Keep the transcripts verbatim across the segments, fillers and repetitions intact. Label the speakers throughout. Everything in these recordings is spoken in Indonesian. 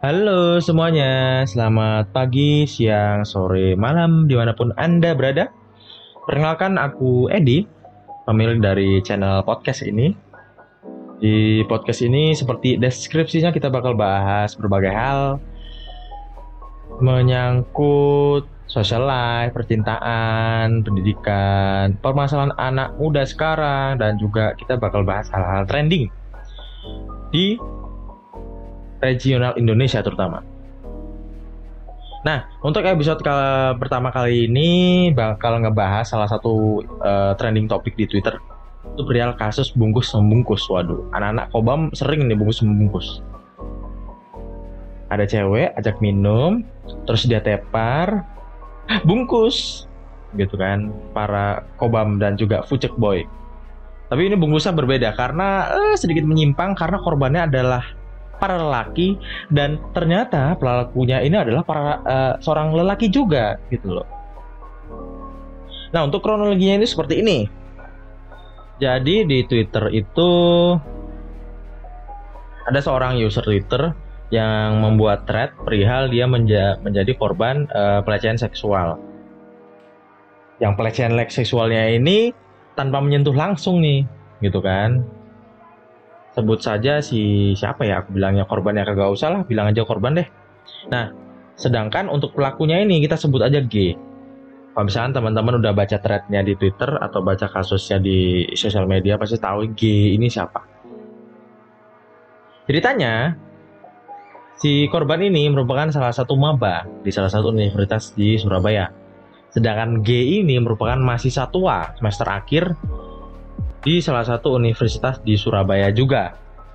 Speaker 1: Halo semuanya, selamat pagi, siang, sore, malam, dimanapun Anda berada. Perkenalkan aku Edi, pemilik dari channel podcast ini. Di podcast ini seperti deskripsinya kita bakal bahas berbagai hal menyangkut social life, percintaan, pendidikan, permasalahan anak muda sekarang, dan juga kita bakal bahas hal-hal trending di regional Indonesia terutama. Nah, untuk episode kali, pertama kali ini bakal ngebahas salah satu uh, trending topik di Twitter. Itu perihal kasus bungkus membungkus. Waduh, anak-anak kobam sering nih bungkus membungkus. Ada cewek ajak minum, terus dia tepar, bungkus, gitu kan? Para kobam dan juga fucek boy. Tapi ini bungkusnya berbeda karena eh, sedikit menyimpang karena korbannya adalah para lelaki dan ternyata pelakunya ini adalah para uh, seorang lelaki juga gitu loh. Nah, untuk kronologinya ini seperti ini. Jadi di Twitter itu ada seorang user Twitter yang membuat thread perihal dia menja- menjadi korban uh, pelecehan seksual. Yang pelecehan seksualnya ini tanpa menyentuh langsung nih, gitu kan. Sebut saja si siapa ya, aku bilangnya korban, ya kagak usah lah, bilang aja korban deh. Nah, sedangkan untuk pelakunya ini kita sebut aja G. Kalau misalkan teman-teman udah baca threadnya di Twitter atau baca kasusnya di sosial media pasti tahu G ini siapa. Ceritanya, si korban ini merupakan salah satu maba di salah satu universitas di Surabaya. Sedangkan G ini merupakan mahasiswa tua semester akhir di salah satu universitas di Surabaya juga.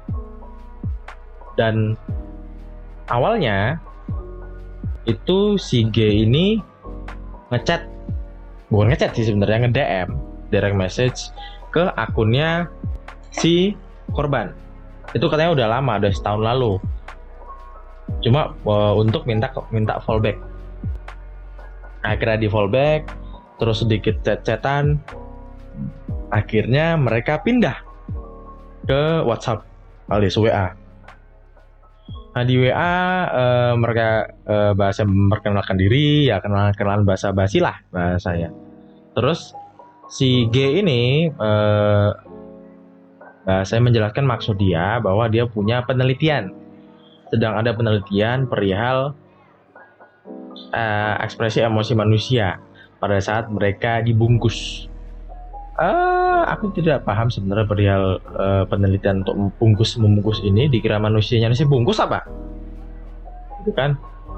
Speaker 1: Dan awalnya itu si G ini ngechat, bukan ngechat sih sebenarnya, nge-D M, direct message ke akunnya si korban. Itu katanya udah lama, udah setahun lalu. Cuma uh, untuk minta minta fallback. Akhirnya di fallback, terus sedikit chat-chatan. Akhirnya mereka pindah ke WhatsApp alias W A. Nah di W A uh, mereka uh, bahasa memperkenalkan diri, ya kenalan-kenalan bahasa basi lah bahasanya. Terus si G ini uh, saya menjelaskan maksud dia bahwa dia punya penelitian, sedang ada penelitian perihal uh, ekspresi emosi manusia pada saat mereka dibungkus. Uh, aku tidak paham sebenarnya perihal uh, penelitian untuk bungkus membungkus ini. Dikira manusianya sih bungkus apa? Itu kan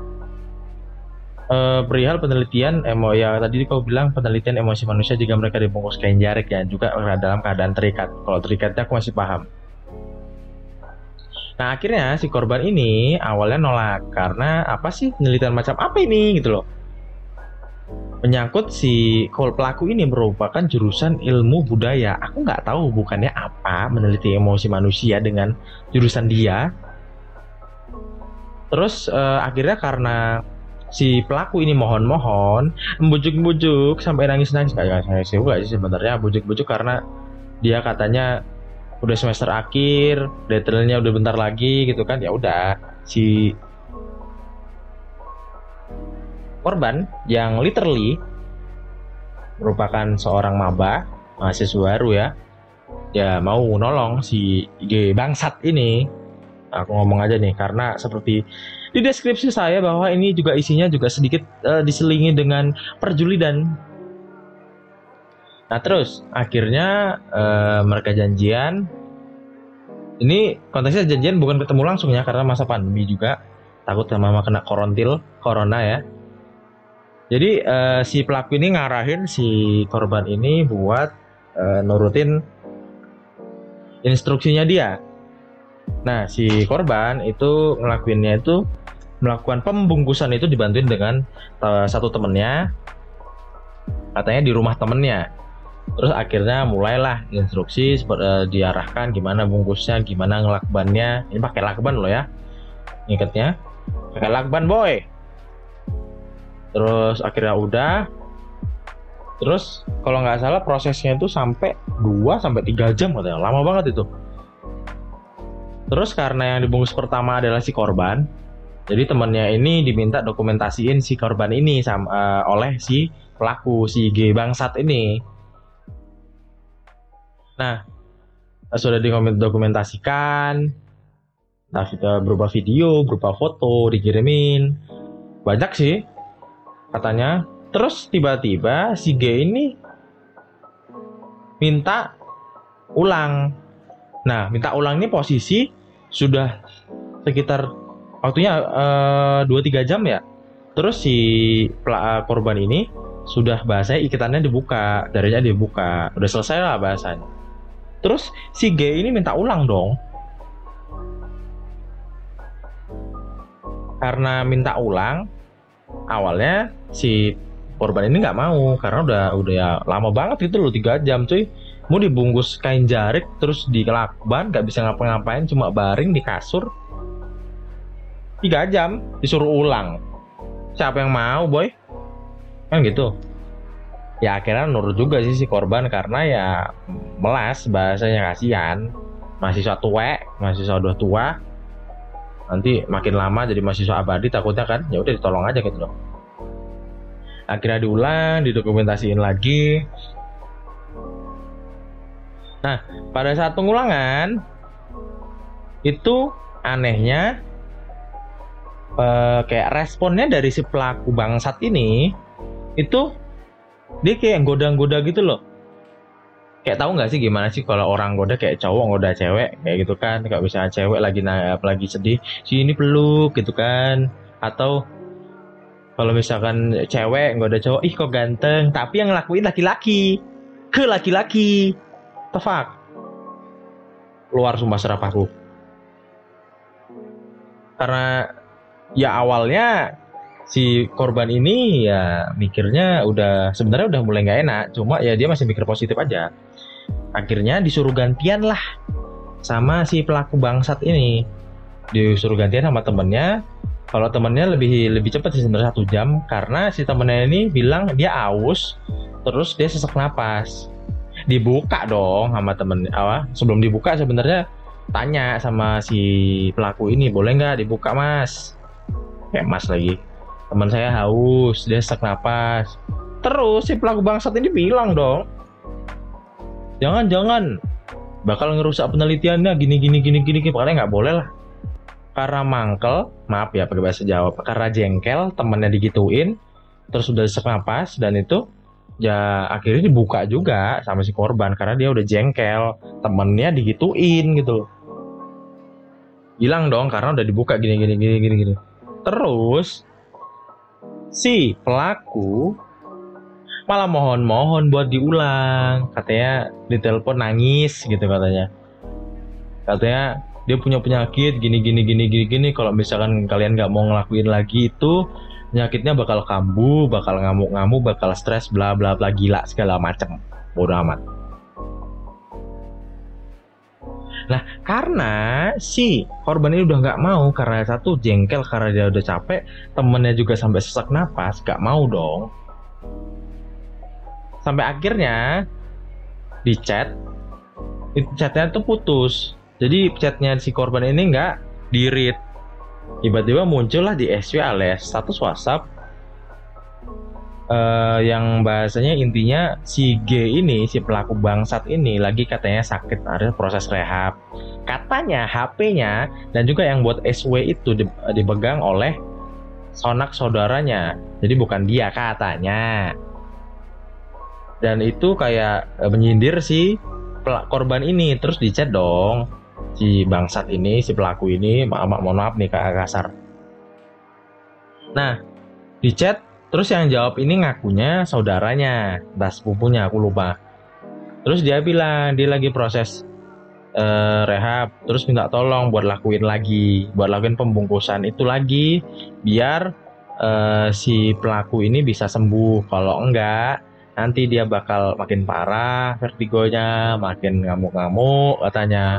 Speaker 1: uh, perihal penelitian emo ya tadi kau bilang penelitian emosi manusia jika mereka dibungkus kain jarik ya, juga dalam keadaan terikat. Kalau terikatnya aku masih paham. Nah akhirnya si korban ini awalnya nolak karena apa sih, penelitian macam apa ini gitu loh. Menyangkut si pelaku ini merupakan jurusan ilmu budaya. Aku nggak tahu bukannya apa meneliti emosi manusia dengan jurusan dia. Terus uh, akhirnya karena si pelaku ini mohon-mohon, membujuk-bujuk sampai nangis-nangis. Kayak saya sih enggak sih sebenarnya, bujuk-bujuk karena dia katanya udah semester akhir, detailnya udah bentar lagi gitu kan. Ya udah, si korban yang literally merupakan seorang maba, mahasiswa baru ya, ya mau nolong si G bangsat ini. Aku ngomong aja nih karena seperti di deskripsi saya bahwa ini juga isinya juga sedikit uh, diselingi dengan perjulidan. Nah terus akhirnya uh, mereka janjian. Ini konteksnya janjian bukan ketemu langsung ya, karena masa pandemi juga, takut sama mama kena korontil, corona ya. Jadi uh, si pelaku ini ngarahin si korban ini buat uh, nurutin instruksinya dia. Nah si korban itu ngelakuinnya itu melakukan pembungkusan itu dibantuin dengan uh, satu temennya, katanya di rumah temennya. Terus akhirnya mulailah instruksi uh, diarahkan gimana bungkusnya, gimana ngelakbannya. Ini pakai lakban loh ya, ngikatnya pakai lakban boy. Terus akhirnya udah. Terus kalau nggak salah prosesnya itu sampai dua sampai tiga jam katanya. Lama banget itu. Terus karena yang dibungkus pertama adalah si korban, Jadi temannya ini diminta dokumentasiin si korban ini sama uh, oleh si pelaku, si G bangsat ini. Nah, sudah dokumentasikan, nah berupa video, berupa foto dikirimin, banyak sih katanya. Terus tiba-tiba si G ini minta ulang. Nah, minta ulang ini posisi sudah sekitar waktunya dua tiga jam ya. Terus si korban ini sudah bahasanya ikatannya dibuka, darinya dibuka, udah selesai lah bahasanya. Terus si G ini minta ulang dong. Karena minta ulang, awalnya si korban ini nggak mau karena udah udah ya lama banget gitu loh, tiga jam cuy. Mau dibungkus kain jarik terus di lakban, nggak bisa ngapa-ngapain, cuma baring di kasur. Tiga jam disuruh ulang. Siapa yang mau, boy? Kan gitu. Ya akhirnya nurut juga sih si korban karena ya melas, bahasanya kasihan. Mahasiswa tua, mahasiswa udah tua, nanti makin lama jadi mahasiswa abadi takutnya kan. Ya udah ditolong aja gitu loh. Akhirnya diulang, didokumentasiin lagi. Nah, pada saat pengulangan itu anehnya eh, kayak responnya dari si pelaku bangsat ini itu dia kayak goda-goda gitu loh. Kayak tahu nggak sih gimana sih kalau orang goda kayak cowok goda cewek kayak gitu kan. Kayak misalnya cewek lagi lagi sedih, si ini peluk gitu kan. Atau kalau misalkan cewek goda cowok, ih kok ganteng, tapi yang ngelakuin laki-laki ke laki-laki. The fuck? Luar sumpah serapahku. Karena ya awalnya si korban ini ya mikirnya udah sebenarnya udah mulai nggak enak, cuma ya dia masih mikir positif aja. Akhirnya disuruh gantian lah sama si pelaku bangsat ini. Disuruh gantian sama temennya. Kalau temennya lebih lebih cepat sih sebenarnya satu jam karena si temennya ini bilang dia aus, terus dia sesak napas. Dibuka dong sama temen apa? Sebelum dibuka sebenarnya tanya sama si pelaku ini, boleh nggak dibuka mas? Kayak mas lagi. Teman saya haus, dia sesak napas. Terus si pelaku bangsat ini bilang dong, jangan-jangan bakal ngerusak penelitiannya gini gini gini gini, pokoknya nggak boleh lah. Karena mangkel, maaf ya pakai bahasa Jawa, karena jengkel temennya digituin, terus udah sesak napas dan itu ya akhirnya dibuka juga sama si korban karena dia udah jengkel temennya digituin gitu. Bilang dong karena udah dibuka gini gini gini gini gini. Terus si pelaku malah mohon-mohon buat diulang, katanya ditelepon nangis gitu katanya. Katanya dia punya penyakit gini gini gini gini gini, kalau misalkan kalian nggak mau ngelakuin lagi itu penyakitnya bakal kambuh, bakal ngamuk-ngamuk, bakal stres, bla bla bla, gila segala macem. Bodoh amat. Nah, karena si korban ini udah nggak mau karena satu jengkel karena dia udah capek, temennya juga sampai sesak napas, nggak mau dong. Sampai akhirnya di chat, chatnya tuh putus. Jadi chatnya si korban ini nggak di-read. Tiba-tiba muncullah di S W alias status WhatsApp uh, yang bahasanya intinya si G ini, si pelaku bangsat ini lagi katanya sakit, ada proses rehab. Katanya H P-nya dan juga yang buat S W itu dipegang oleh sonak saudaranya. Jadi bukan dia katanya. Dan itu kayak menyindir si korban ini, terus di-chat dong. Si bangsat ini, si pelaku ini, maaf, mohon maaf nih kak kasar. Nah, di chat terus yang jawab ini ngakunya saudaranya, entah sepupunya, aku lupa. Terus dia bilang dia lagi proses uh, rehab, terus minta tolong buat lakuin lagi, buat lakuin pembungkusan itu lagi, biar uh, si pelaku ini bisa sembuh. Kalau enggak, nanti dia bakal makin parah vertigonya, makin ngamuk-ngamuk katanya.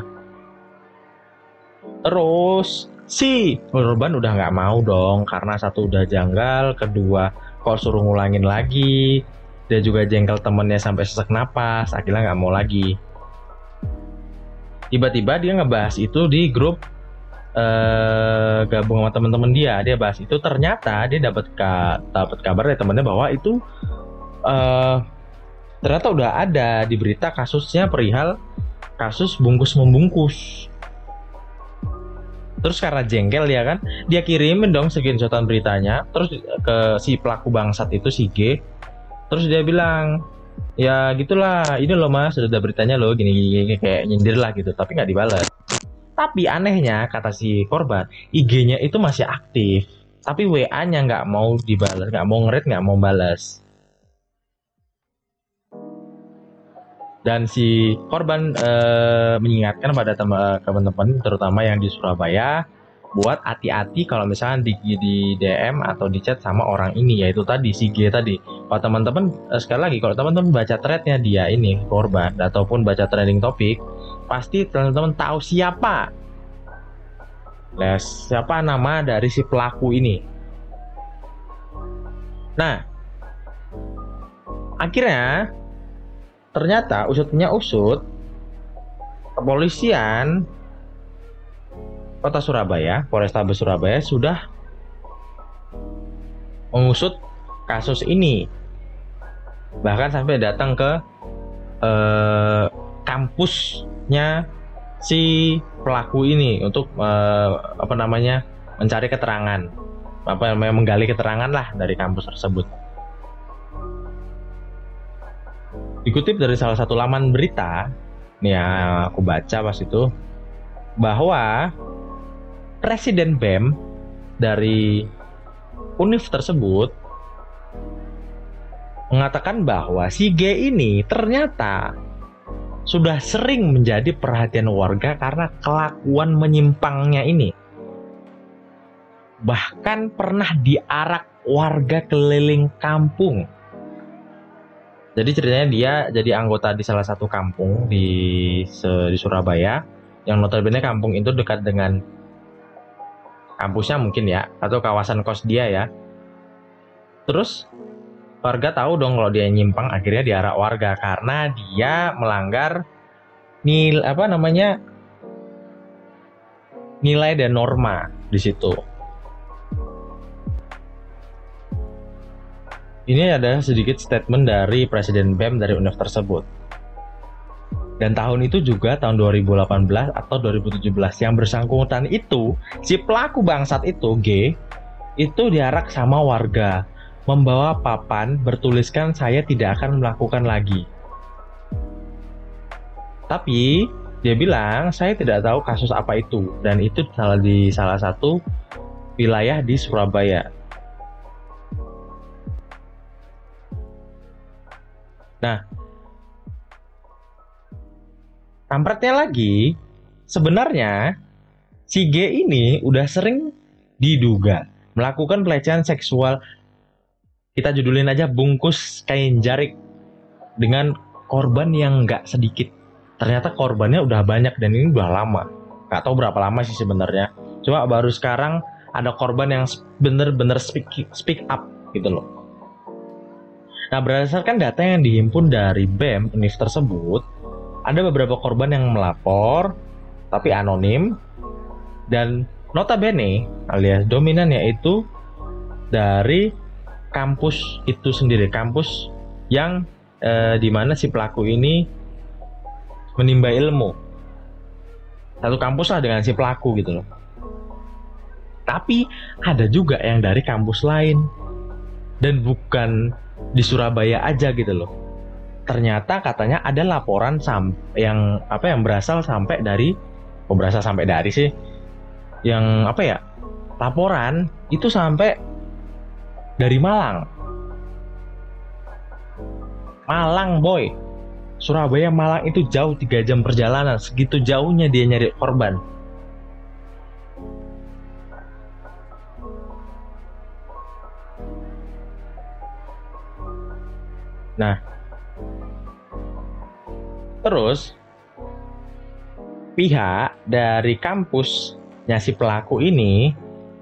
Speaker 1: Terus si korban udah nggak mau dong karena satu udah janggal, kedua kok suruh ngulangin lagi, dia juga jengkel temennya sampai sesak napas, akhirnya nggak mau lagi. Tiba-tiba dia ngebahas itu di grup eh, gabung sama teman-teman dia, dia bahas itu, ternyata dia dapat ka dapat kabar dari temannya bahwa itu eh, ternyata udah ada di berita kasusnya perihal kasus bungkus membungkus. Terus karena jengkel ya kan, dia kirimin dong screenshotan beritanya, terus ke si pelaku bangsat itu si G. Terus dia bilang, ya gitulah, ini loh mas, sudah ada beritanya loh, gini gini, kayak nyindir lah gitu, tapi nggak dibalas. Tapi anehnya kata si korban, I G-nya itu masih aktif, tapi W A-nya nggak mau dibalas, nggak mau nge-read, nggak mau balas. Dan si korban eh, mengingatkan pada teman-teman terutama yang di Surabaya buat hati-hati kalau misalnya di, di D M atau di chat sama orang ini, yaitu tadi si G tadi. Kalau teman-teman eh, sekali lagi kalau teman-teman baca threadnya dia ini korban ataupun baca trending topik, pasti teman-teman tahu siapa nah, siapa nama dari si pelaku ini. Nah, akhirnya ternyata usutnya usut, kepolisian Kota Surabaya, Polrestabes Surabaya sudah mengusut kasus ini, bahkan sampai datang ke eh, kampusnya si pelaku ini untuk eh, apa namanya mencari keterangan, apa namanya menggali keterangan lah dari kampus tersebut. Dikutip dari salah satu laman berita, nih ya aku baca pas itu, bahwa Presiden B E M dari Univ tersebut mengatakan bahwa si G ini ternyata sudah sering menjadi perhatian warga karena kelakuan menyimpangnya ini. Bahkan pernah diarak warga keliling kampung. Jadi ceritanya dia jadi anggota di salah satu kampung di di Surabaya, yang notabene kampung itu dekat dengan kampusnya mungkin ya, atau kawasan kos dia ya. Terus warga tahu dong kalau dia nyimpang, akhirnya diarak warga karena dia melanggar nil apa namanya nilai dan norma di situ. Ini adalah sedikit statement dari Presiden B E M dari Univ tersebut. Dan tahun itu juga, tahun dua ribu delapan belas atau dua ribu tujuh belas, yang bersangkutan itu, si pelaku bangsat itu, G, itu diarak sama warga, membawa papan bertuliskan saya tidak akan melakukan lagi. Tapi, dia bilang, saya tidak tahu kasus apa itu, dan itu salah di salah satu wilayah di Surabaya. Nah, kampretnya lagi, sebenarnya si G ini udah sering diduga melakukan pelecehan seksual, kita judulin aja bungkus kain jarik, dengan korban yang nggak sedikit. Ternyata korbannya udah banyak dan ini udah lama. Nggak tahu berapa lama sih sebenarnya. Cuma baru sekarang ada korban yang bener-bener speak, speak up gitu loh. Nah, berdasarkan data yang dihimpun dari B E M Univ tersebut, ada beberapa korban yang melapor tapi anonim, dan notabene alias dominan yaitu dari kampus itu sendiri, kampus yang eh, dimana si pelaku ini menimba ilmu. Satu kampus lah dengan si pelaku gitu loh. Tapi ada juga yang dari kampus lain, dan bukan di Surabaya aja gitu loh. Ternyata katanya ada laporan sam yang apa yang berasal sampai dari, oh berasal sampai dari sih, yang apa ya, laporan itu sampai dari Malang. Malang boy, Surabaya Malang itu jauh tiga jam perjalanan, segitu jauhnya dia nyari korban. Nah, terus pihak dari kampusnya si pelaku ini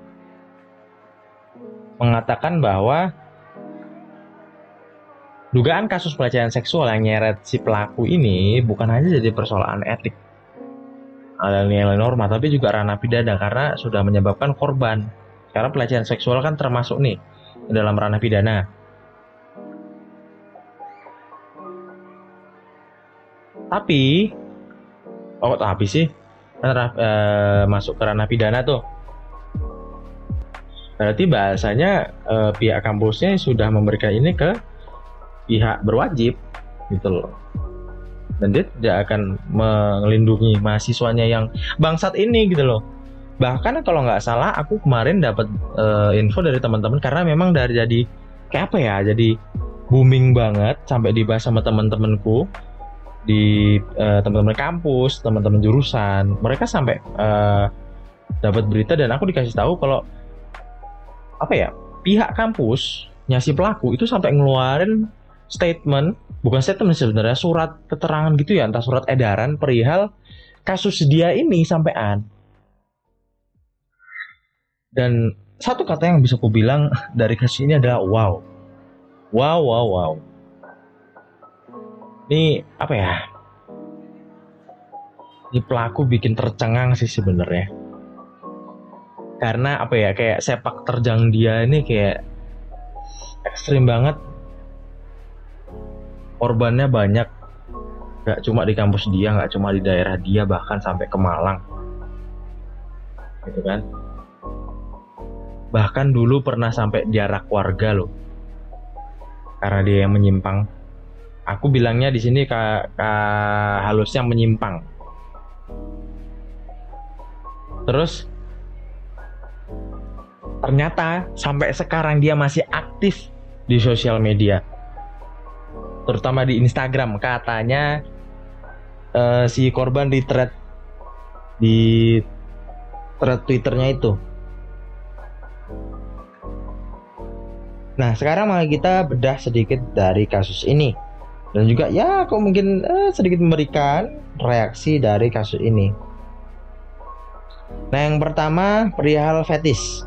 Speaker 1: mengatakan bahwa dugaan kasus pelecehan seksual yang nyeret si pelaku ini bukan hanya jadi persoalan etik, ada nilai norma, tapi juga ranah pidana karena sudah menyebabkan korban. Karena pelecehan seksual kan termasuk nih dalam ranah pidana. Tapi, oh tapi sih, kan eh, masuk ke ranah pidana tuh. Berarti bahasanya eh, pihak kampusnya sudah memberikan ini ke pihak berwajib, gitu loh. Dan dia tidak akan melindungi mahasiswanya yang bangsat ini gitu loh. Bahkan kalau nggak salah aku kemarin dapat uh, info dari teman-teman, karena memang dari jadi kayak apa ya, jadi booming banget sampai dibahas sama teman-temanku di uh, teman-teman kampus, teman-teman jurusan. Mereka sampai uh, dapat berita dan aku dikasih tahu kalau apa ya, pihak kampusnya si pelaku itu sampai ngeluarin statement, bukan statement sebenarnya, surat keterangan gitu ya, entah surat edaran perihal kasus dia ini sampean. Dan satu kata yang bisa aku bilang dari kasus ini adalah wow. Wow, wow, wow. Ini apa ya? Ini pelaku bikin tercengang sih sebenarnya. Karena apa ya, kayak sepak terjang dia ini kayak ekstrim banget. Korbannya banyak, gak cuma di kampus dia, gak cuma di daerah dia, bahkan sampai ke Malang, gitu kan. Bahkan dulu pernah sampai jarak warga loh, karena dia yang menyimpang. Aku bilangnya di sini ka, ka halusnya menyimpang. Terus ternyata sampai sekarang dia masih aktif di sosial media, terutama di Instagram. Katanya uh, si korban di thread di thread Twitternya itu. Nah, sekarang mari kita bedah sedikit dari kasus ini dan juga ya aku mungkin uh, sedikit memberikan reaksi dari kasus ini. Nah, yang pertama perihal fetish.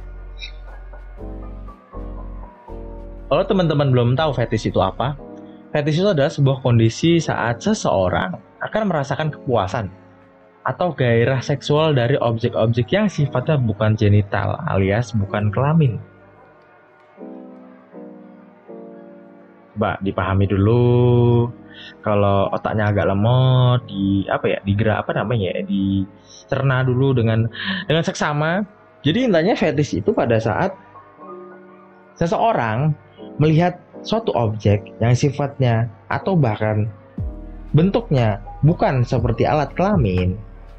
Speaker 1: Kalau teman-teman belum tahu fetish itu apa, fetish itu adalah sebuah kondisi saat seseorang akan merasakan kepuasan atau gairah seksual dari objek-objek yang sifatnya bukan genital alias bukan kelamin. Coba dipahami dulu. Kalau otaknya agak lemot, di apa ya, digerak apa namanya ya, dicerna dulu dengan dengan seksama. Jadi intinya fetish itu pada saat seseorang melihat suatu objek yang sifatnya atau bahkan bentuknya bukan seperti alat kelamin,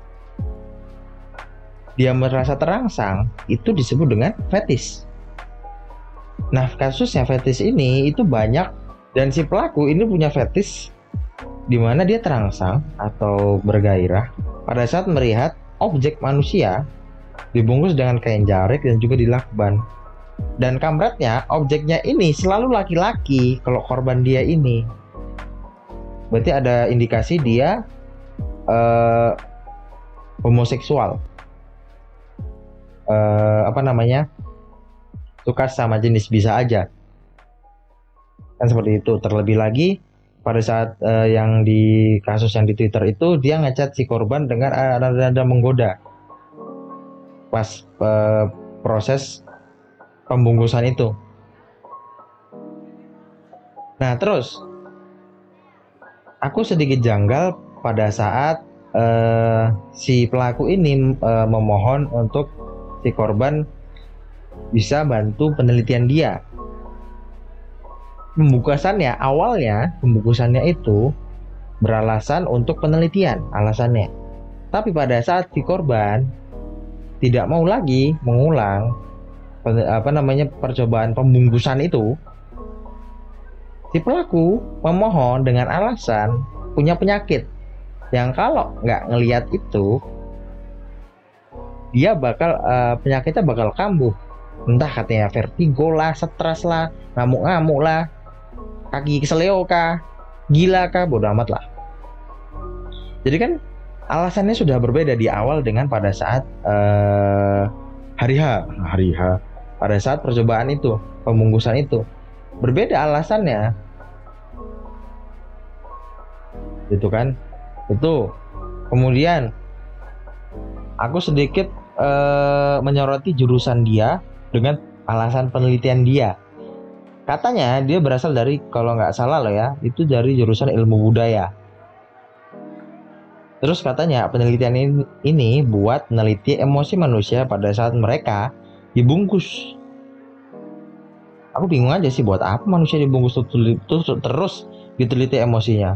Speaker 1: dia merasa terangsang, itu disebut dengan fetish. Nah, kasusnya fetish ini itu banyak, dan si pelaku ini punya fetish di mana dia terangsang atau bergairah pada saat melihat objek manusia dibungkus dengan kain jarik dan juga dilakban. Dan kampretnya, objeknya ini selalu laki-laki kalau korban dia ini. Berarti ada indikasi dia uh, homoseksual. Uh, apa namanya? Suka sama jenis, bisa aja. Kan seperti itu. Terlebih lagi pada saat uh, yang di kasus yang di Twitter itu, dia ngechat si korban dengan nada-nada menggoda pas uh, proses pembungkusan itu. Nah, terus aku sedikit janggal pada saat uh, si pelaku ini uh, memohon untuk si korban bisa bantu penelitian dia. Pembungkusannya, awalnya pembungkusannya itu beralasan untuk penelitian alasannya. Tapi pada saat si korban tidak mau lagi mengulang apa namanya percobaan pembungkusan itu, si pelaku memohon dengan alasan punya penyakit yang kalau nggak ngelihat itu dia bakal uh, penyakitnya bakal kambuh, entah katanya vertigo lah, stres lah, ngamuk-ngamuk lah, kaki keseleo kah, gila kah, bodo amat lah. Jadi kan alasannya sudah berbeda di awal dengan pada saat uh, hari H, hari H, pada saat percobaan itu, pembungkusan itu, berbeda alasannya, gitu kan? Itu kemudian aku sedikit uh, menyoroti jurusan dia dengan alasan penelitian dia. Katanya dia berasal dari, kalau nggak salah loh ya, itu dari jurusan ilmu budaya. Terus katanya penelitian ini, ini buat meneliti emosi manusia pada saat mereka dibungkus. Aku bingung aja sih, buat apa manusia dibungkus terus, terus diteliti emosinya.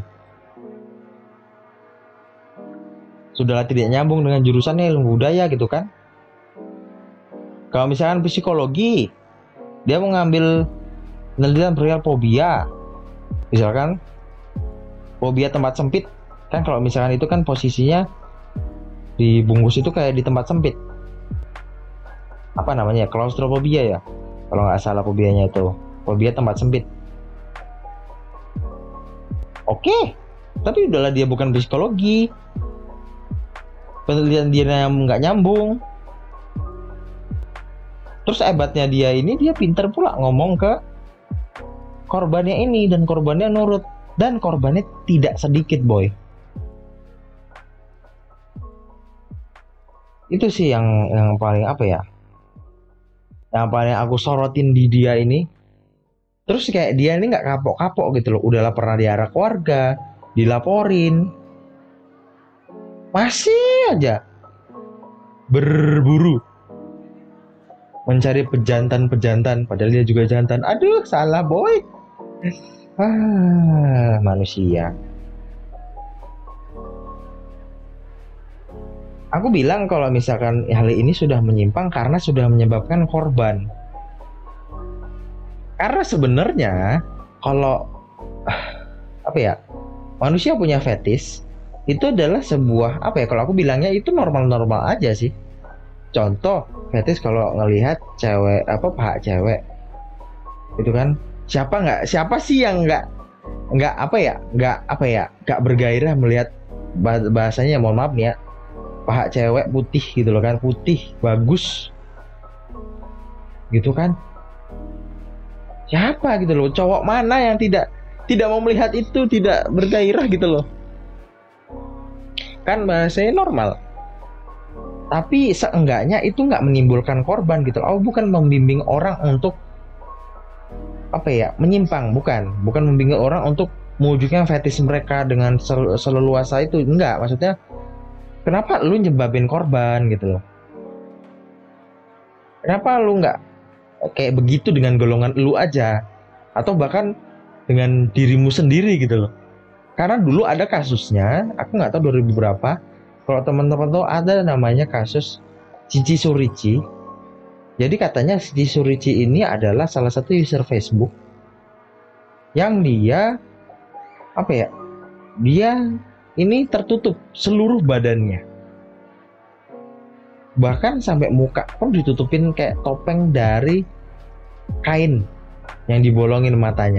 Speaker 1: Sudahlah tidak nyambung dengan jurusannya ilmu budaya gitu kan. Kalau misalkan psikologi, dia mau ngambil penelitian perihal fobia. Misalkan fobia tempat sempit. Kan kalau misalkan itu kan posisinya dibungkus itu kayak di tempat sempit. Apa namanya? Klaustrofobia ya. Kalau nggak salah fobianya itu. Fobia tempat sempit. Oke. Tapi udahlah, dia bukan psikologi. Penelitian dia nggak nyambung. Terus hebatnya dia ini, dia pinter pula ngomong ke korbannya ini. Dan korbannya nurut. Dan korbannya tidak sedikit, boy. Itu sih yang yang paling apa ya, yang paling aku sorotin di dia ini. Terus kayak dia ini nggak kapok-kapok gitu loh. Udahlah pernah diarak keluarga, dilaporin, masih aja berburu mencari pejantan-pejantan, padahal dia juga jantan. Aduh, salah boy. Ah, manusia. Aku bilang kalau misalkan hal ini sudah menyimpang karena sudah menyebabkan korban. Karena sebenarnya kalau apa ya, manusia punya fetish itu adalah sebuah apa ya, kalau aku bilangnya itu normal-normal aja sih. Contoh fetish kalau ngelihat cewek apa paha cewek itu kan, siapa nggak siapa sih yang nggak nggak apa ya nggak apa ya nggak bergairah melihat, bahasanya mohon maaf nih ya, paha cewek putih gitu loh kan, putih bagus gitu kan. Siapa gitu loh, cowok mana yang tidak tidak mau melihat itu, tidak bergairah gitu loh kan, bahasanya normal. Tapi seenggaknya itu nggak menimbulkan korban gitu loh. Oh, bukan membimbing orang untuk apa ya, menyimpang, bukan bukan membimbing orang untuk mewujudkan fetish mereka dengan sel seleluasa itu, enggak. Maksudnya kenapa lu nyebabin korban gitu loh? Kenapa lu nggak kayak begitu dengan golongan lu aja, atau bahkan dengan dirimu sendiri gitu loh? Karena dulu ada kasusnya, aku nggak tahu dua ribu berapa. Kalau teman-teman tahu, ada namanya kasus Cici Surici. Jadi katanya Cici Surici ini adalah salah satu user Facebook yang dia apa ya? Dia ini tertutup seluruh badannya. Bahkan sampai muka pun ditutupin kayak topeng dari kain yang dibolongin matanya.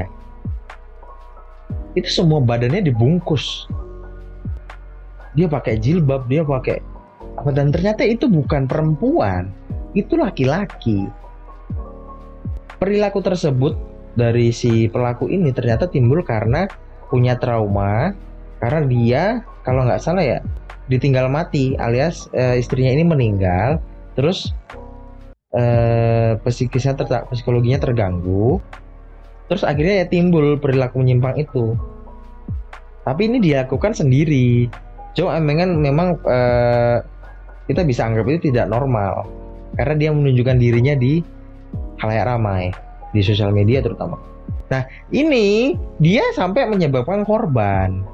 Speaker 1: Itu semua badannya dibungkus. Dia pakai jilbab, dia pakai apa, dan ternyata itu bukan perempuan, itu laki-laki. Perilaku tersebut dari si pelaku ini ternyata timbul karena punya trauma, karena dia kalau nggak salah ya ditinggal mati, alias e, istrinya ini meninggal, terus e, psikisnya ter psikologinya terganggu, terus akhirnya ya timbul perilaku menyimpang itu. Tapi ini dilakukan sendiri. Cuma memang memang e, kita bisa anggap itu tidak normal karena dia menunjukkan dirinya di khalayak ramai, di sosial media terutama. Nah, ini dia sampai menyebabkan korban.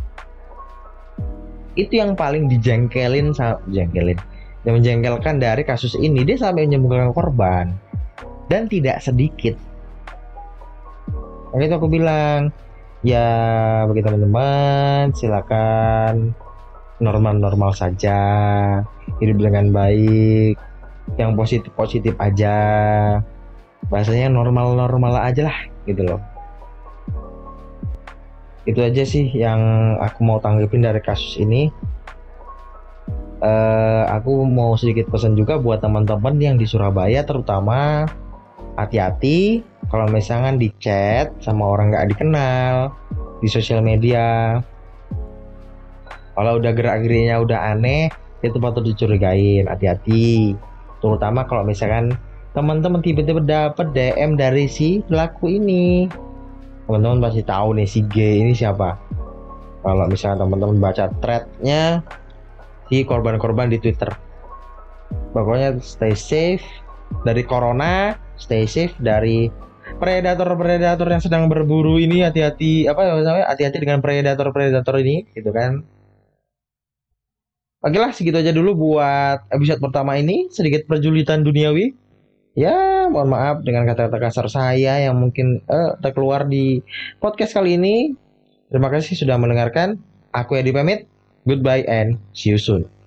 Speaker 1: Itu yang paling dijengkelin, jengkelin, yang menjengkelkan dari kasus ini. Dia sampai menyebabkan korban, dan tidak sedikit. Makanya itu aku bilang, ya bagi teman-teman silakan normal-normal saja, hidup dengan baik, yang positif-positif aja, bahasanya normal-normal aja lah gitu loh. Itu aja sih yang aku mau tanggepin dari kasus ini. Uh, aku mau sedikit pesan juga buat teman-teman yang di Surabaya terutama, hati-hati kalau misalkan di chat sama orang nggak dikenal di sosial media. Kalau udah gerak-geriknya udah aneh, Itu patut dicurigain, hati-hati. Terutama kalau misalkan teman-teman tiba-tiba dapat D M dari si pelaku ini. Teman-teman pasti tahu nih si G ini siapa. Kalau misalnya teman-teman baca threadnya si korban-korban di Twitter. Pokoknya stay safe dari corona, stay safe dari predator-predator yang sedang berburu ini. Hati-hati, apa namanya? Hati-hati dengan predator-predator ini, gitu kan. Oke lah, segitu aja dulu buat episode pertama ini, sedikit perjulitan duniawi. Ya, mohon maaf dengan kata-kata kasar saya yang mungkin eh, terkeluar di podcast kali ini. Terima kasih sudah mendengarkan. Aku Edi pamit. Goodbye and see you soon.